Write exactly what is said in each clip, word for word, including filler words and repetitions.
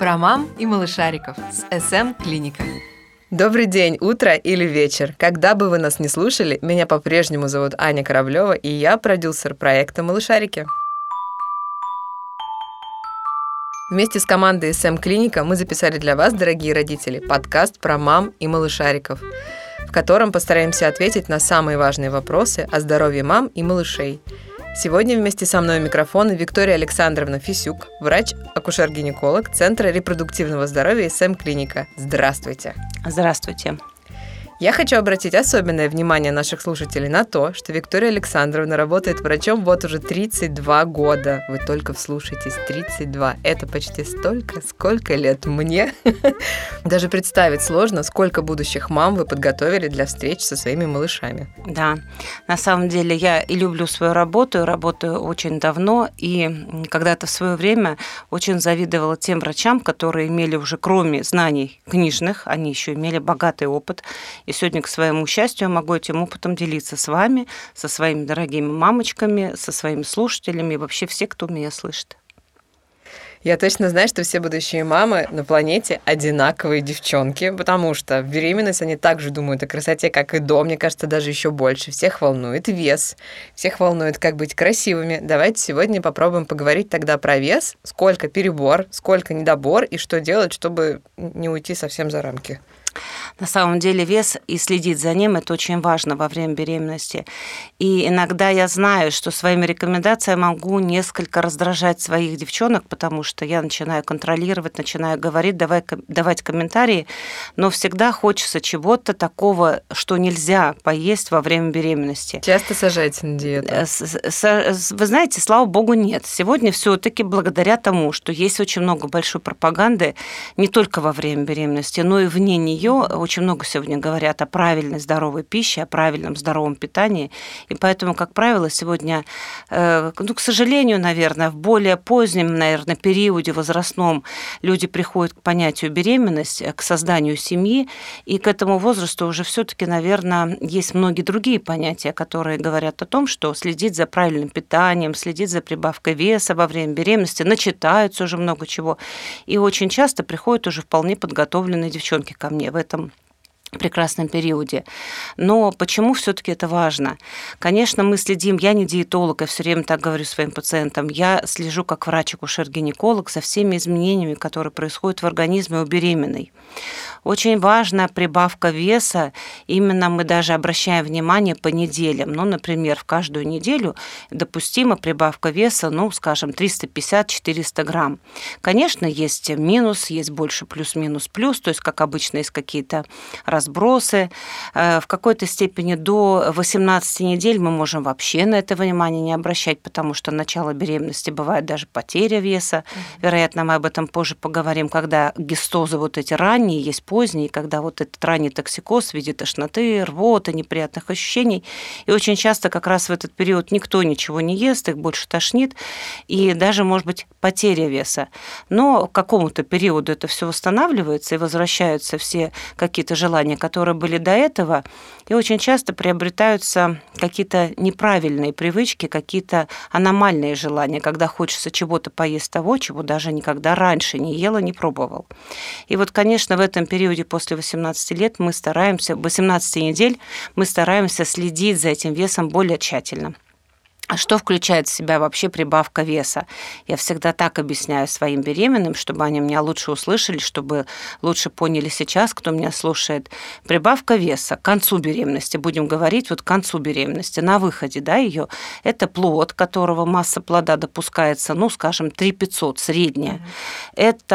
Про мам и малышариков с эс эм Клиника. Добрый день, утро или вечер. Когда бы вы нас не слушали, меня по-прежнему зовут Аня Кораблева, и я продюсер проекта «Малышарики». Вместе с командой эс эм Клиника мы записали для вас, дорогие родители, подкаст про мам и малышариков, в котором постараемся ответить на самые важные вопросы о здоровье мам и малышей. Сегодня вместе со мной у микрофона Виктория Александровна Фисюк, врач-акушер-гинеколог Центра репродуктивного здоровья эс эм Клиника. Здравствуйте. Здравствуйте. Я хочу обратить особенное внимание наших слушателей на то, что Виктория Александровна работает врачом вот уже тридцать два года. Вы только вслушайтесь, тридцать два. Это почти столько, сколько лет мне. Даже представить сложно, сколько будущих мам вы подготовили для встреч со своими малышами. Да, на самом деле я и люблю свою работу, и работаю очень давно, и когда-то в свое время очень завидовала тем врачам, которые имели уже, кроме знаний книжных, они еще имели богатый опыт. И сегодня, к своему счастью, я могу этим опытом делиться с вами, со своими дорогими мамочками, со своими слушателями и вообще все, кто меня слышит. Я точно знаю, что все будущие мамы на планете одинаковые девчонки, потому что в беременность они также думают о красоте, как и до, мне кажется, даже еще больше. Всех волнует вес, всех волнует, как быть красивыми. Давайте сегодня попробуем поговорить тогда про вес, сколько перебор, сколько недобор и что делать, чтобы не уйти совсем за рамки. На самом деле вес и следить за ним – это очень важно во время беременности. И иногда я знаю, что своими рекомендациями могу несколько раздражать своих девчонок, потому что я начинаю контролировать, начинаю говорить, давай, давать комментарии, но всегда хочется чего-то такого, что нельзя поесть во время беременности. Часто сажаете на диету? Вы знаете, слава богу, нет. Сегодня все-таки благодаря тому, что есть очень много большой пропаганды не только во время беременности, но и вне нее. Очень много сегодня говорят о правильной здоровой пище, о правильном здоровом питании. И поэтому, как правило, сегодня, ну, к сожалению, наверное, в более позднем, наверное, периоде возрастном люди приходят к понятию беременность, к созданию семьи, и к этому возрасту уже все-таки, наверное, есть многие другие понятия, которые говорят о том, что следить за правильным питанием, следить за прибавкой веса во время беременности, начитаются уже много чего. И очень часто приходят уже вполне подготовленные девчонки ко мне в этом прекрасном периоде. Но почему все-таки это важно? Конечно, мы следим, я не диетолог, я все время так говорю своим пациентам, я слежу как врач-акушер-гинеколог за всеми изменениями, которые происходят в организме у беременной. Очень важна прибавка веса, именно мы даже обращаем внимание по неделям. Ну, например, в каждую неделю допустима прибавка веса, ну, скажем, триста пятьдесят - четыреста грамм. Конечно, есть минус, есть больше плюс-минус-плюс, то есть, как обычно, есть какие-то разбросы. В какой-то степени до восемнадцати недель мы можем вообще на это внимание не обращать, потому что начало беременности бывает даже потеря веса. Вероятно, мы об этом позже поговорим, когда гистозы вот эти ранние, есть поздние, когда вот этот ранний токсикоз в виде тошноты, рвоты, неприятных ощущений. И очень часто как раз в этот период никто ничего не ест, их больше тошнит, и даже, может быть, потеря веса. Но к какому-то периоду это все восстанавливается, и возвращаются все какие-то желания, которые были до этого, и очень часто приобретаются какие-то неправильные привычки, какие-то аномальные желания, когда хочется чего-то поесть того, чего даже никогда раньше не ела, не пробовал. И вот, конечно, в этом периоде после восемнадцати лет мы стараемся, восемнадцати недель, мы стараемся следить за этим весом более тщательно. А что включает в себя вообще прибавка веса? Я всегда так объясняю своим беременным, чтобы они меня лучше услышали, чтобы лучше поняли сейчас, кто меня слушает. Прибавка веса к концу беременности, будем говорить, вот к концу беременности, на выходе, да, ее, это плод, которого масса плода допускается, ну, скажем, три тысячи пятьсот, средняя. Mm-hmm.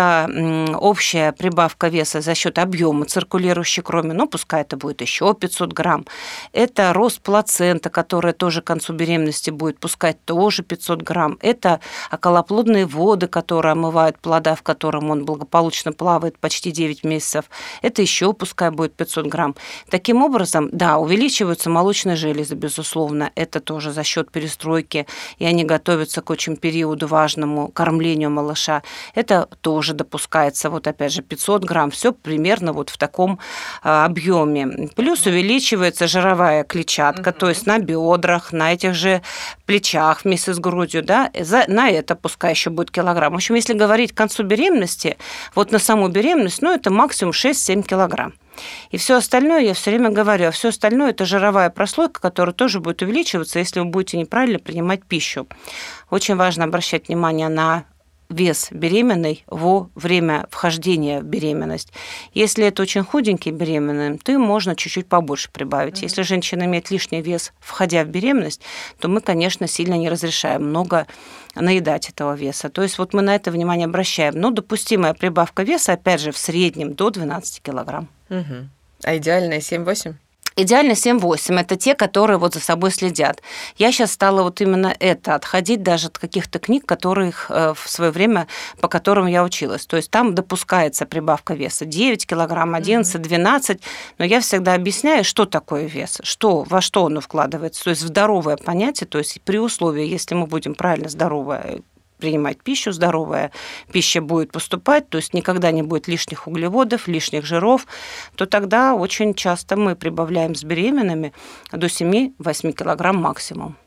Это общая прибавка веса за счет объема циркулирующей крови, ну, пускай это будет еще пятьсот грамм. Это рост плаценты, которая тоже к концу беременности будет будет пускать тоже пятьсот грамм. Это околоплодные воды, которые омывают плода, в котором он благополучно плавает почти девять месяцев. Это еще пускай будет пятьсот грамм. Таким образом, да, увеличиваются молочные железы, безусловно. Это тоже за счет перестройки, и они готовятся к очень периоду важному кормлению малыша. Это тоже допускается, вот опять же, пятьсот грамм. Все примерно вот в таком объеме. Плюс увеличивается жировая клетчатка, mm-hmm. то есть на бедрах, на этих же плечах вместе с грудью, да, за, на это пускай еще будет килограмм. В общем, если говорить к концу беременности, вот на саму беременность, ну, это максимум шесть-семь килограмм. И все остальное, я все время говорю, а все остальное это жировая прослойка, которая тоже будет увеличиваться, если вы будете неправильно принимать пищу. Очень важно обращать внимание на вес беременной во время вхождения в беременность. Если это очень худенький беременный, то им можно чуть-чуть побольше прибавить. Mm-hmm. Если женщина имеет лишний вес, входя в беременность, то мы, конечно, сильно не разрешаем много наедать этого веса. То есть вот мы на это внимание обращаем. Но допустимая прибавка веса, опять же, в среднем до двенадцать килограмм. Mm-hmm. А идеальная семь-восемь? Идеально семь-восемь. Это те, которые вот за собой следят. Я сейчас стала вот именно это, отходить даже от каких-то книг, которых в свое время, по которым я училась. То есть там допускается прибавка веса девять килограмм, одиннадцать, двенадцать. Но я всегда объясняю, что такое вес, что, во что оно вкладывается. То есть в здоровое понятие, то есть при условии, если мы будем правильно здоровое принимать пищу, здоровая пища будет поступать, то есть никогда не будет лишних углеводов, лишних жиров, то тогда очень часто мы прибавляем с беременными до семь-восемь килограмм максимум.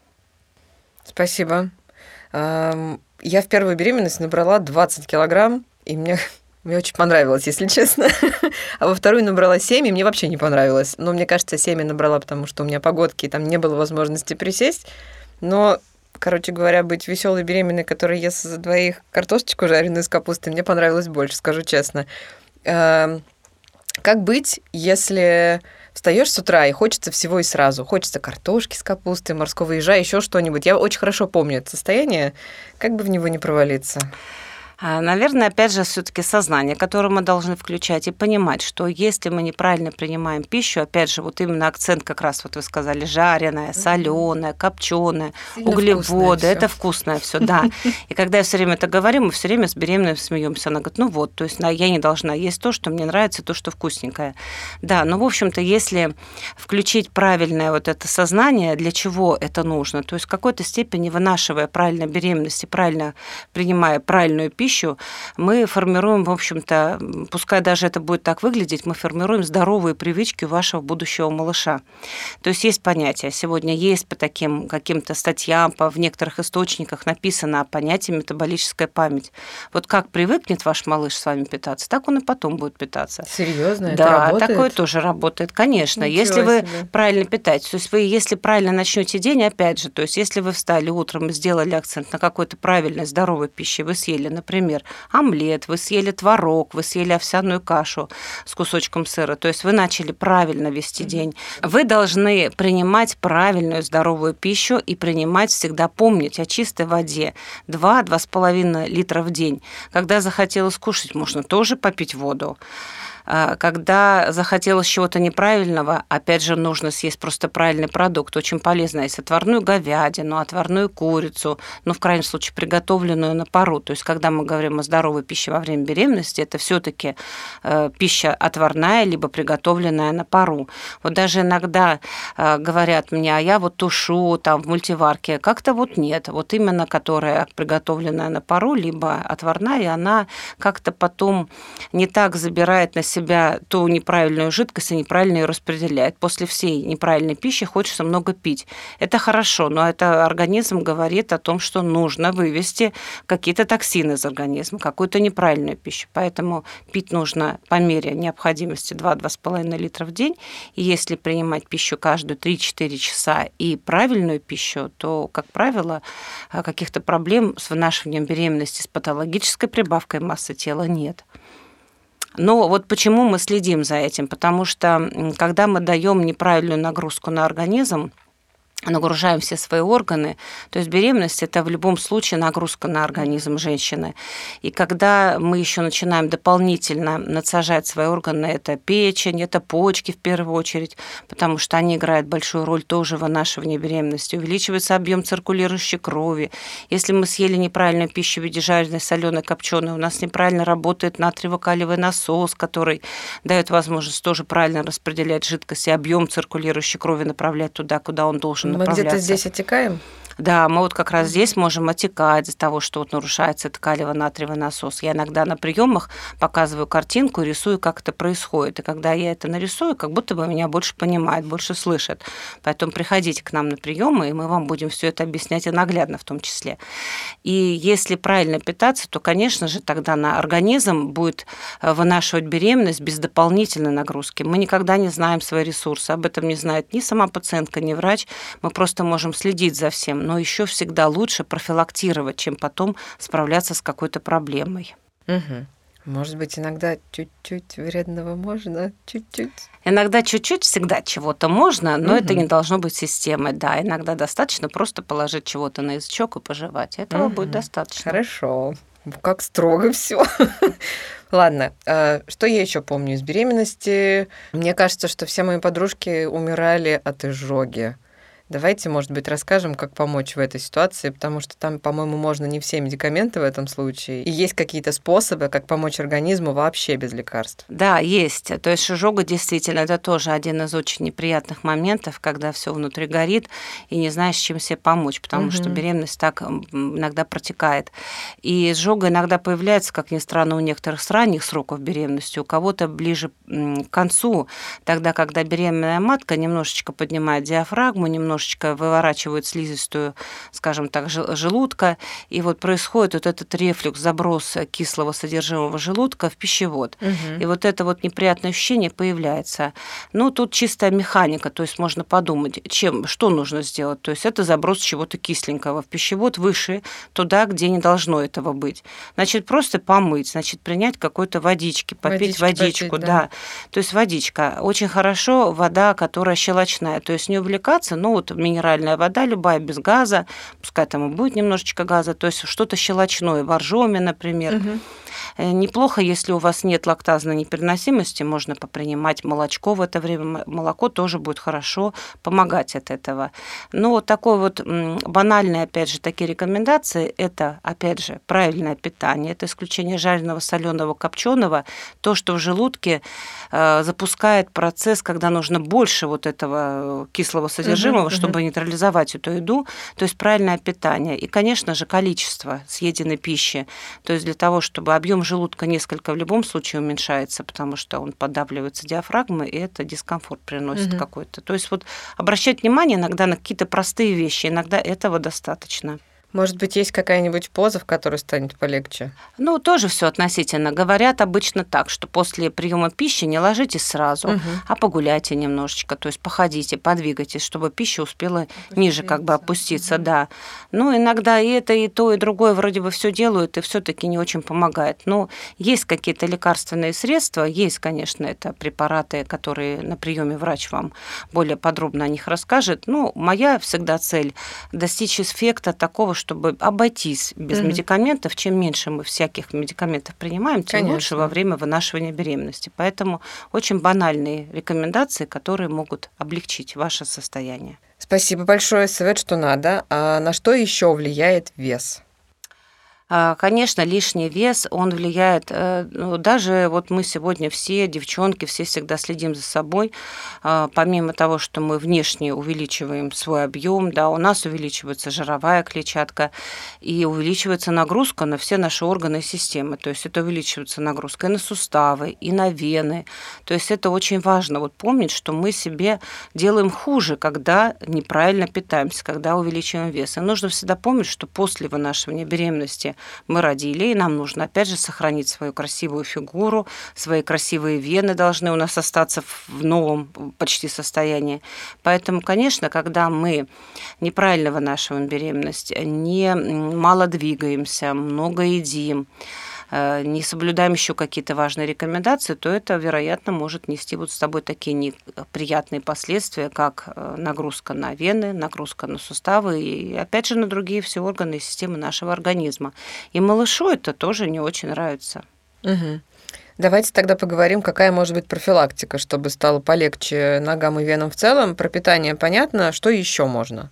Спасибо. Я в первую беременность набрала двадцать килограмм, и мне, мне очень понравилось, если честно. А во вторую набрала семь, и мне вообще не понравилось. Но мне кажется, семь я набрала, потому что у меня погодки, и там не было возможности присесть. Но короче говоря, быть веселой беременной, которая ест за двоих картошечку жареную с капустой, мне понравилось больше, скажу честно. Как быть, если встаешь с утра и хочется всего и сразу? Хочется картошки с капустой, морского ежа, еще что-нибудь. Я очень хорошо помню это состояние. Как бы в него не провалиться? Наверное, опять же, все-таки сознание, которое мы должны включать и понимать, что если мы неправильно принимаем пищу, опять же, вот именно акцент как раз, вот вы сказали, жареная, соленая, копченая, углеводы, это вкусное все, да. И когда я все время это говорю, мы все время с беременной смеемся. Она говорит, ну вот, то есть я не должна есть то, что мне нравится, то, что вкусненькое. Да, но, в общем-то, если включить правильное вот это сознание, для чего это нужно, то есть в какой-то степени вынашивая правильно беременность и правильно принимая правильную пищу, мы формируем, в общем-то, пускай даже это будет так выглядеть, мы формируем здоровые привычки у вашего будущего малыша. То есть есть понятие. Сегодня есть по таким каким-то статьям, по, в некоторых источниках написано о понятии метаболическая память. Вот как привыкнет ваш малыш с вами питаться, так он и потом будет питаться. Серьезно? Да, это работает? такое тоже работает, конечно. Ничего если вы себе. правильно питаетесь, то есть вы, если правильно начнете день, опять же, то есть если вы встали утром и сделали акцент на какой-то правильной, здоровой пище, вы съели, например, Например, омлет, вы съели творог, вы съели овсяную кашу с кусочком сыра. То есть вы начали правильно вести день. Вы должны принимать правильную здоровую пищу и принимать всегда, помнить о чистой воде. два-два с половиной литра в день. Когда захотелось кушать, можно тоже попить воду. Когда захотелось чего-то неправильного, опять же, нужно съесть просто правильный продукт. Очень полезно есть отварную говядину, отварную курицу, ну, в крайнем случае, приготовленную на пару. То есть, когда мы говорим о здоровой пище во время беременности, это все-таки пища отварная, либо приготовленная на пару. Вот даже иногда говорят мне, а я вот тушу там в мультиварке. Как-то вот нет. Вот именно которая приготовленная на пару, либо отварная, и она как-то потом не так забирает на себя себя ту неправильную жидкость и неправильно ее распределяет. После всей неправильной пищи хочется много пить. Это хорошо, но это организм говорит о том, что нужно вывести какие-то токсины из организма, какую-то неправильную пищу. Поэтому пить нужно по мере необходимости два-два с половиной литра в день. И если принимать пищу каждые три-четыре часа и правильную пищу, то, как правило, каких-то проблем с вынашиванием беременности, с патологической прибавкой массы тела нет. Но вот почему мы следим за этим? Потому что когда мы даем неправильную нагрузку на организм, нагружаем все свои органы, то есть беременность – это в любом случае нагрузка на организм женщины. И когда мы еще начинаем дополнительно надсажать свои органы, это печень, это почки в первую очередь, потому что они играют большую роль тоже в вынашивании беременности, увеличивается объем циркулирующей крови. Если мы съели неправильную пищу в виде жареной, соленой, копченой, у нас неправильно работает натриево-калиевый насос, который дает возможность тоже правильно распределять жидкость и объем циркулирующей крови направлять туда, куда он должен Мы направляться. где-то здесь отекаем? Да, мы вот как раз здесь можем отекать из-за того, что вот нарушается этот калиево-натриевый насос. Я иногда на приемах показываю картинку, рисую, как это происходит. И когда я это нарисую, как будто бы меня больше понимают, больше слышат. Поэтому приходите к нам на приемы, и мы вам будем все это объяснять и наглядно в том числе. И если правильно питаться, то, конечно же, тогда на организм будет вынашивать беременность без дополнительной нагрузки. Мы никогда не знаем свои ресурсы. Об этом не знает ни сама пациентка, ни врач. Мы просто можем следить за всем. Но еще всегда лучше профилактировать, чем потом справляться с какой-то проблемой. Угу. Может быть, иногда чуть-чуть вредного можно, чуть-чуть. Иногда чуть-чуть всегда чего-то можно, но Угу. это не должно быть системой. Да, иногда достаточно просто положить чего-то на язычок и пожевать. Этого Угу. будет достаточно. Хорошо. Как строго все. Ладно, что я еще помню из беременности? Мне кажется, что все мои подружки умирали от изжоги. Давайте, может быть, расскажем, как помочь в этой ситуации, потому что там, по-моему, можно не все медикаменты в этом случае. И есть какие-то способы, как помочь организму вообще без лекарств. Да, есть. То есть изжога действительно это тоже один из очень неприятных моментов, когда все внутри горит и не знаешь, чем себе помочь, потому угу. что беременность так иногда протекает. И изжога иногда появляется, как ни странно, у некоторых с ранних сроков беременности, у кого-то ближе к концу, тогда, когда беременная матка немножечко поднимает диафрагму, немножечко выворачивают слизистую, скажем так, желудка, и вот происходит вот этот рефлюкс, заброс кислого содержимого желудка в пищевод. Угу. И вот это вот неприятное ощущение появляется. Ну, тут чистая механика, то есть можно подумать, чем, что нужно сделать. То есть это заброс чего-то кисленького в пищевод выше, туда, где не должно этого быть. Значит, просто помыть, значит, принять какой-то водички, попить водички, водичку. Попить, да. да. То есть водичка. Очень хорошо вода, которая щелочная. То есть не увлекаться, ну, вот минеральная вода любая, без газа, пускай там и будет немножечко газа, то есть что-то щелочное, боржоми, например. Угу. Неплохо, если у вас нет лактазной непереносимости, можно попринимать молочко в это время. Молоко тоже будет хорошо помогать от этого. Но вот такой вот банальные, опять же, такие рекомендации, это, опять же, правильное питание, это исключение жареного, соленого, копченого, то, что в желудке запускает процесс, когда нужно больше вот этого кислого содержимого, угу, чтобы угу. нейтрализовать эту еду, то есть правильное питание. И, конечно же, количество съеденной пищи, то есть для того, чтобы объем желудка несколько в любом случае уменьшается, потому что он подавливается диафрагмой, и это дискомфорт приносит угу. какой-то. То есть вот обращать внимание иногда на какие-то простые вещи, иногда этого достаточно. Может быть, есть какая-нибудь поза, в которой станет полегче? Ну, тоже все относительно. Говорят обычно так, что после приема пищи не ложитесь сразу, угу. а погуляйте немножечко, то есть походите, подвигайтесь, чтобы пища успела опуститься. Ниже как бы опуститься, угу. да. Ну, иногда и это, и то, и другое вроде бы все делают, и все-таки не очень помогает. Но есть какие-то лекарственные средства, есть, конечно, это препараты, которые на приеме врач вам более подробно о них расскажет. Ну, моя всегда цель достичь эффекта такого, чтобы обойтись без mm-hmm. медикаментов. Чем меньше мы всяких медикаментов принимаем, тем Конечно. Лучше во время вынашивания беременности. Поэтому очень банальные рекомендации, которые могут облегчить ваше состояние. Спасибо большое. Совет, что надо. А на что еще влияет вес? Конечно, лишний вес, он влияет, ну, даже вот мы сегодня все, девчонки, все всегда следим за собой, помимо того, что мы внешне увеличиваем свой объем, да, у нас увеличивается жировая клетчатка и увеличивается нагрузка на все наши органы и системы, то есть это увеличивается нагрузка и на суставы, и на вены, то есть это очень важно вот помнить, что мы себе делаем хуже, когда неправильно питаемся, когда увеличиваем вес. И нужно всегда помнить, что после вынашивания беременности мы родили, и нам нужно, опять же, сохранить свою красивую фигуру, свои красивые вены должны у нас остаться в новом почти состоянии. Поэтому, конечно, когда мы неправильно вынашиваем беременность, не мало двигаемся, много едим, не соблюдаем еще какие-то важные рекомендации, то это, вероятно, может нести вот с тобой такие неприятные последствия, как нагрузка на вены, нагрузка на суставы и, опять же, на другие все органы и системы нашего организма. И малышу это тоже не очень нравится. Угу. Давайте тогда поговорим, какая может быть профилактика, чтобы стало полегче ногам и венам в целом. Про питание понятно, что еще можно?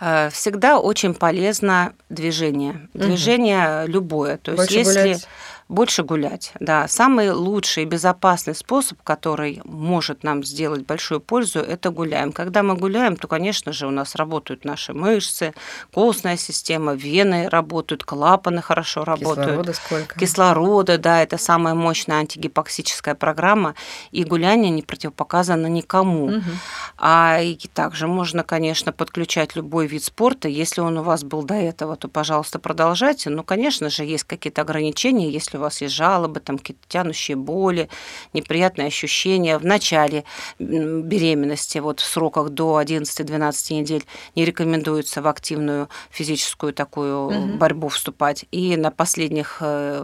Всегда очень полезно движение. Движение угу. любое. То есть больше если гулять. Больше гулять, да. Самый лучший и безопасный способ, который может нам сделать большую пользу, это гуляем. Когда мы гуляем, то, конечно же, у нас работают наши мышцы, костная система, вены работают, клапаны хорошо работают. Кислорода сколько? Кислорода, да, это самая мощная антигипоксическая программа, и гуляние не противопоказано никому. Угу. А и также можно, конечно, подключать любой вид спорта. Если он у вас был до этого, то, пожалуйста, продолжайте. Но, конечно же, есть какие-то ограничения, если у вас есть жалобы, там какие-то тянущие боли, неприятные ощущения. В начале беременности, вот в сроках до одиннадцати-двенадцати недель, не рекомендуется в активную физическую такую угу. борьбу вступать. И на последних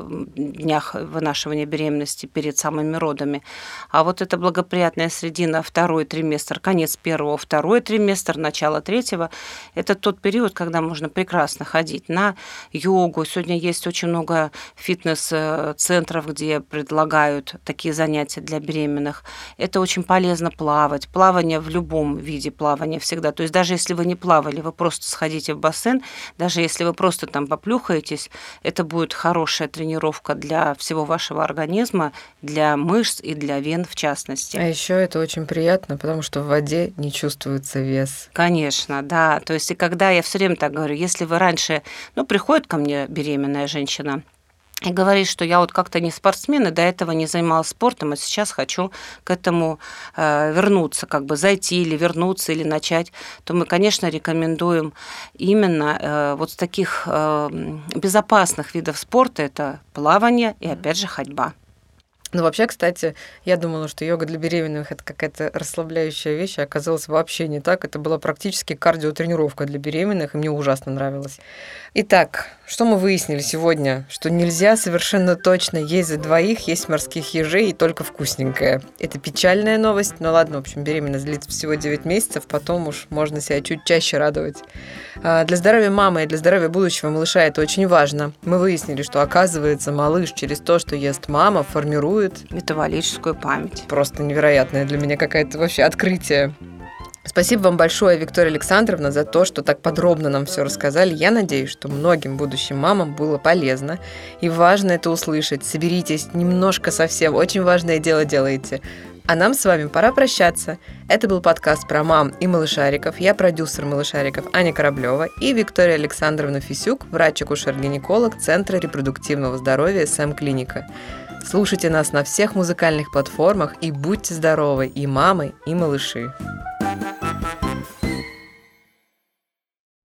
днях вынашивания беременности перед самыми родами. А вот это благоприятная средина, второй триместр, конец первого, второй триместр, начало третьего, это тот период, когда можно прекрасно ходить на йогу. Сегодня есть очень много фитнес-центров, где предлагают такие занятия для беременных. Это очень полезно плавать. Плавание в любом виде плавания всегда. То есть даже если вы не плавали, вы просто сходите в бассейн, даже если вы просто там поплюхаетесь, это будет хорошая тренировка для всего вашего организма, для мышц и для вен в частности. А еще это очень приятно, потому что в воде не чувствуется вес. Конечно, да. То есть и когда я все время так говорю, если вы раньше, ну, приходит ко мне беременная женщина и говорит, что я вот как-то не спортсмен, и до этого не занималась спортом, а сейчас хочу к этому э, вернуться, как бы зайти или вернуться, или начать, то мы, конечно, рекомендуем именно э, вот с таких э, безопасных видов спорта, это плавание и, опять же, ходьба. Ну, вообще, кстати, я думала, что йога для беременных – это какая-то расслабляющая вещь, а оказалось вообще не так. Это была практически кардиотренировка для беременных, и мне ужасно нравилось. Итак, что мы выяснили сегодня? Что нельзя совершенно точно есть за двоих, есть морских ежей и только вкусненькое. Это печальная новость, но ладно, в общем, беременность длится всего девять месяцев, потом уж можно себя чуть чаще радовать. Для здоровья мамы и для здоровья будущего малыша это очень важно. Мы выяснили, что, оказывается, малыш через то, что ест мама, формирует метаболическую память. Просто невероятное для меня какое-то вообще открытие. Спасибо вам большое, Виктория Александровна, за то, что так подробно нам все рассказали. Я надеюсь, что многим будущим мамам было полезно. И важно это услышать. Соберитесь немножко совсем. Очень важное дело делаете. А нам с вами пора прощаться. Это был подкаст про мам и малышариков. Я продюсер малышариков Аня Кораблева и Виктория Александровна Фисюк, врач-акушер-гинеколог Центра репродуктивного здоровья эс эм Клиника. Слушайте нас на всех музыкальных платформах и будьте здоровы, и мамы, и малыши.